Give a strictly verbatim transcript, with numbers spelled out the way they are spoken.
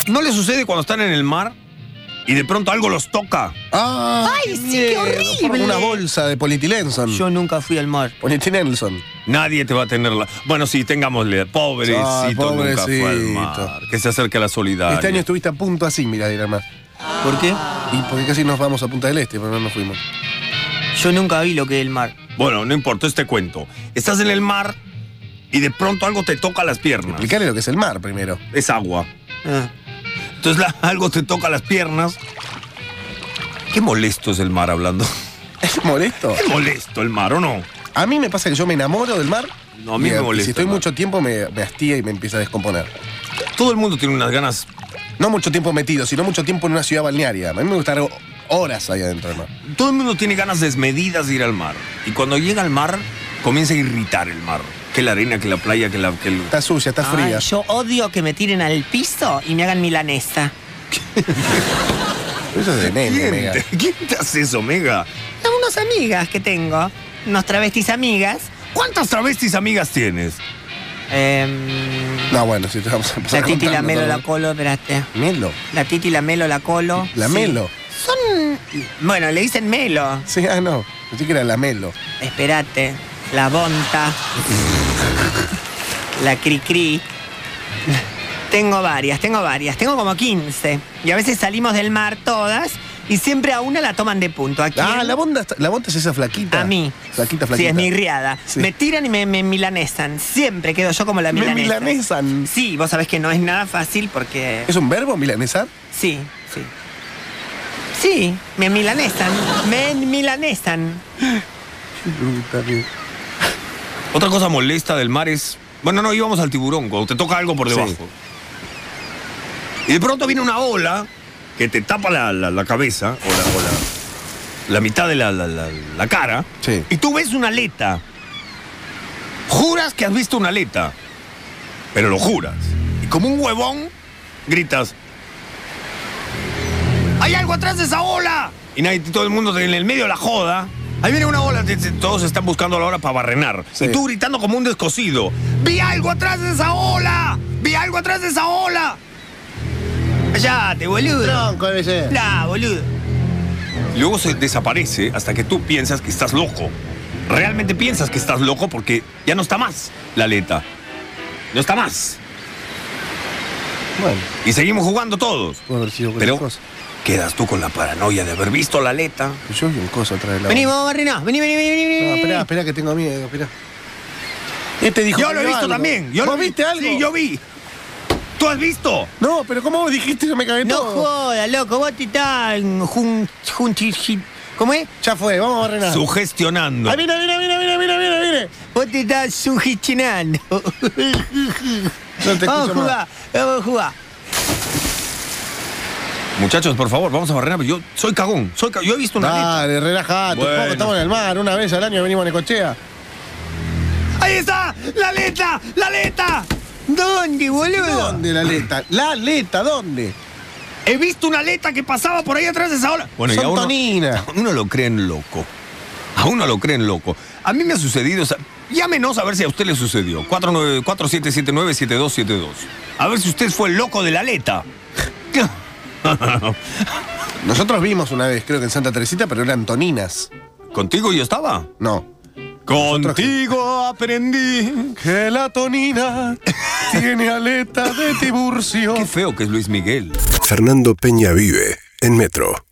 ¿No les sucede cuando están en el mar y de pronto algo los toca? Ah, ¡Ay, sí, qué horrible! Una bolsa de polietilenzón. Yo nunca fui al mar. Polietilenzón. Nadie te va a tener la... Bueno, sí, tengámosle. Pobrecito, Ay, nunca fue al pobrecito. mar. Que se acerque a la solidaria. Este año estuviste a punto así, mira, de ir al mar. ¿Por qué? Y porque casi nos vamos a Punta del Este, pero no nos fuimos. Yo nunca vi lo que es el mar. Bueno, no importa, este cuento. Estás en el mar y de pronto algo te toca las piernas. Explicarle lo que es el mar primero. Es agua. Ah. Entonces la- algo te toca las piernas. Qué molesto es el mar hablando. ¿Es molesto? Qué molesto el mar, ¿o no? A mí me pasa que yo me enamoro del mar. No, a mí y, me y molesta si estoy el mar. mucho tiempo me, me hastía y me empieza a descomponer. Todo el mundo tiene unas ganas. No mucho tiempo metido, sino mucho tiempo en una ciudad balnearia. A mí me gusta estar horas ahí adentro del mar. Todo el mundo tiene ganas desmedidas de ir al mar. Y cuando llega al mar, comienza a irritar el mar. Que la arena, que la playa, que la. Que el... Está sucia, está fría. Ay, yo odio que me tiren al piso y me hagan milanesa. Eso es de nene, ¿Quién mega. te, ¿Quién te hace eso, Mega? Son unas amigas que tengo. Unos travestis amigas. ¿Cuántas travestis amigas tienes? Em, No, bueno, si te vamos a empezar la Titi, la contando Melo, todo. la Colo, espérate. Melo. La Titi, la Melo, la Colo. La Sí. Melo. Son. Bueno, le dicen Melo. Sí, ah, no. Pensé que era la Melo. Espérate. La Bonta. La Cricri. Tengo varias, tengo varias. Tengo como quince. Y a veces salimos del mar todas y siempre a una la toman de punto. ¿A quién? Ah, la bonda, está- la bonda es esa flaquita. A mí. Flaquita, flaquita. Sí, es mi riada. Sí. Me tiran y me, me milanesan. Siempre quedo yo como la Me milanesa. milanesan. Sí, vos sabés que no es nada fácil porque... ¿Es un verbo, milanesar? Sí, sí. Sí, me milanesan. Me milanesan. Otra cosa molesta del mar es. Bueno, no, íbamos al tiburón, cuando te toca algo por debajo. Sí. Y de pronto viene una ola que te tapa la, la- la cabeza, o la, o la, la mitad de la, la- la- la cara, Sí. y tú ves una aleta. Juras que has visto una aleta, pero lo juras. Y como un huevón, gritas: ¡hay algo atrás de esa ola! Y nadie, todo el mundo en el medio de la joda. Ahí viene una ola, te- te- todos están buscando la hora para barrenar. Sí. Y tú gritando como un descosido: ¡vi algo atrás de esa ola! ¡Vi algo atrás de esa ola! Cállate, boludo. Tronco debe ser. Nah, boludo. Y luego se desaparece hasta que tú piensas que estás loco. Realmente piensas que estás loco porque ya no está más la aleta. No está más. Bueno, Y seguimos jugando todos. puede haber sido Pero cualquier cosa. quedas tú con la paranoia de haber visto la aleta. Yo vi un coso atrás de la Vení, bonda. vamos a barrenar. Vení, vení, vení, vení. No, esperá, esperá que tengo miedo, esperá. Este dijo Yo que lo he vio visto algo. también. Yo ¿Vos lo vi. viste algo? Sí, yo vi. ¿Tú has visto? No, pero ¿cómo vos dijiste? Yo me cagué No todo. jodas, loco. Vos te estás jun, jun, jun- ¿Cómo es? Ya fue, vamos a barrenar. Sugestionando. ¡Ay, mira, mira, mira, mira, mira, mira, mira! Vos te estás sugestionando. No te Vamos a escucho jugar, más. vamos a jugar. Muchachos, por favor, vamos a barrenar. Yo soy cagón. Soy ca- Yo he visto una aleta. Dale, relajate un Bueno. poco. Estamos en el mar. Una vez al año venimos a Necochea. ¡Ahí está! ¡La aleta! ¡La aleta! ¿Dónde, boludo? ¿Dónde la aleta? ¿La aleta? ¿Dónde? He visto una aleta que pasaba por ahí atrás de esa ola. Bueno, y Son a uno, toninas. a uno lo creen loco. A uno lo creen loco. A mí me ha sucedido. O sea, llámenos a ver si a usted le sucedió. cuatro nueve cuatro siete siete nueve siete dos siete dos. A ver si usted fue el loco de la aleta. Nosotros vimos una vez, creo que en Santa Teresita, pero eran toninas. ¿Contigo yo estaba? No. Contigo aprendí. Que la tonina tiene aleta de Tiburcio. Qué feo que es Luis Miguel. Fernando Peña vive en Metro.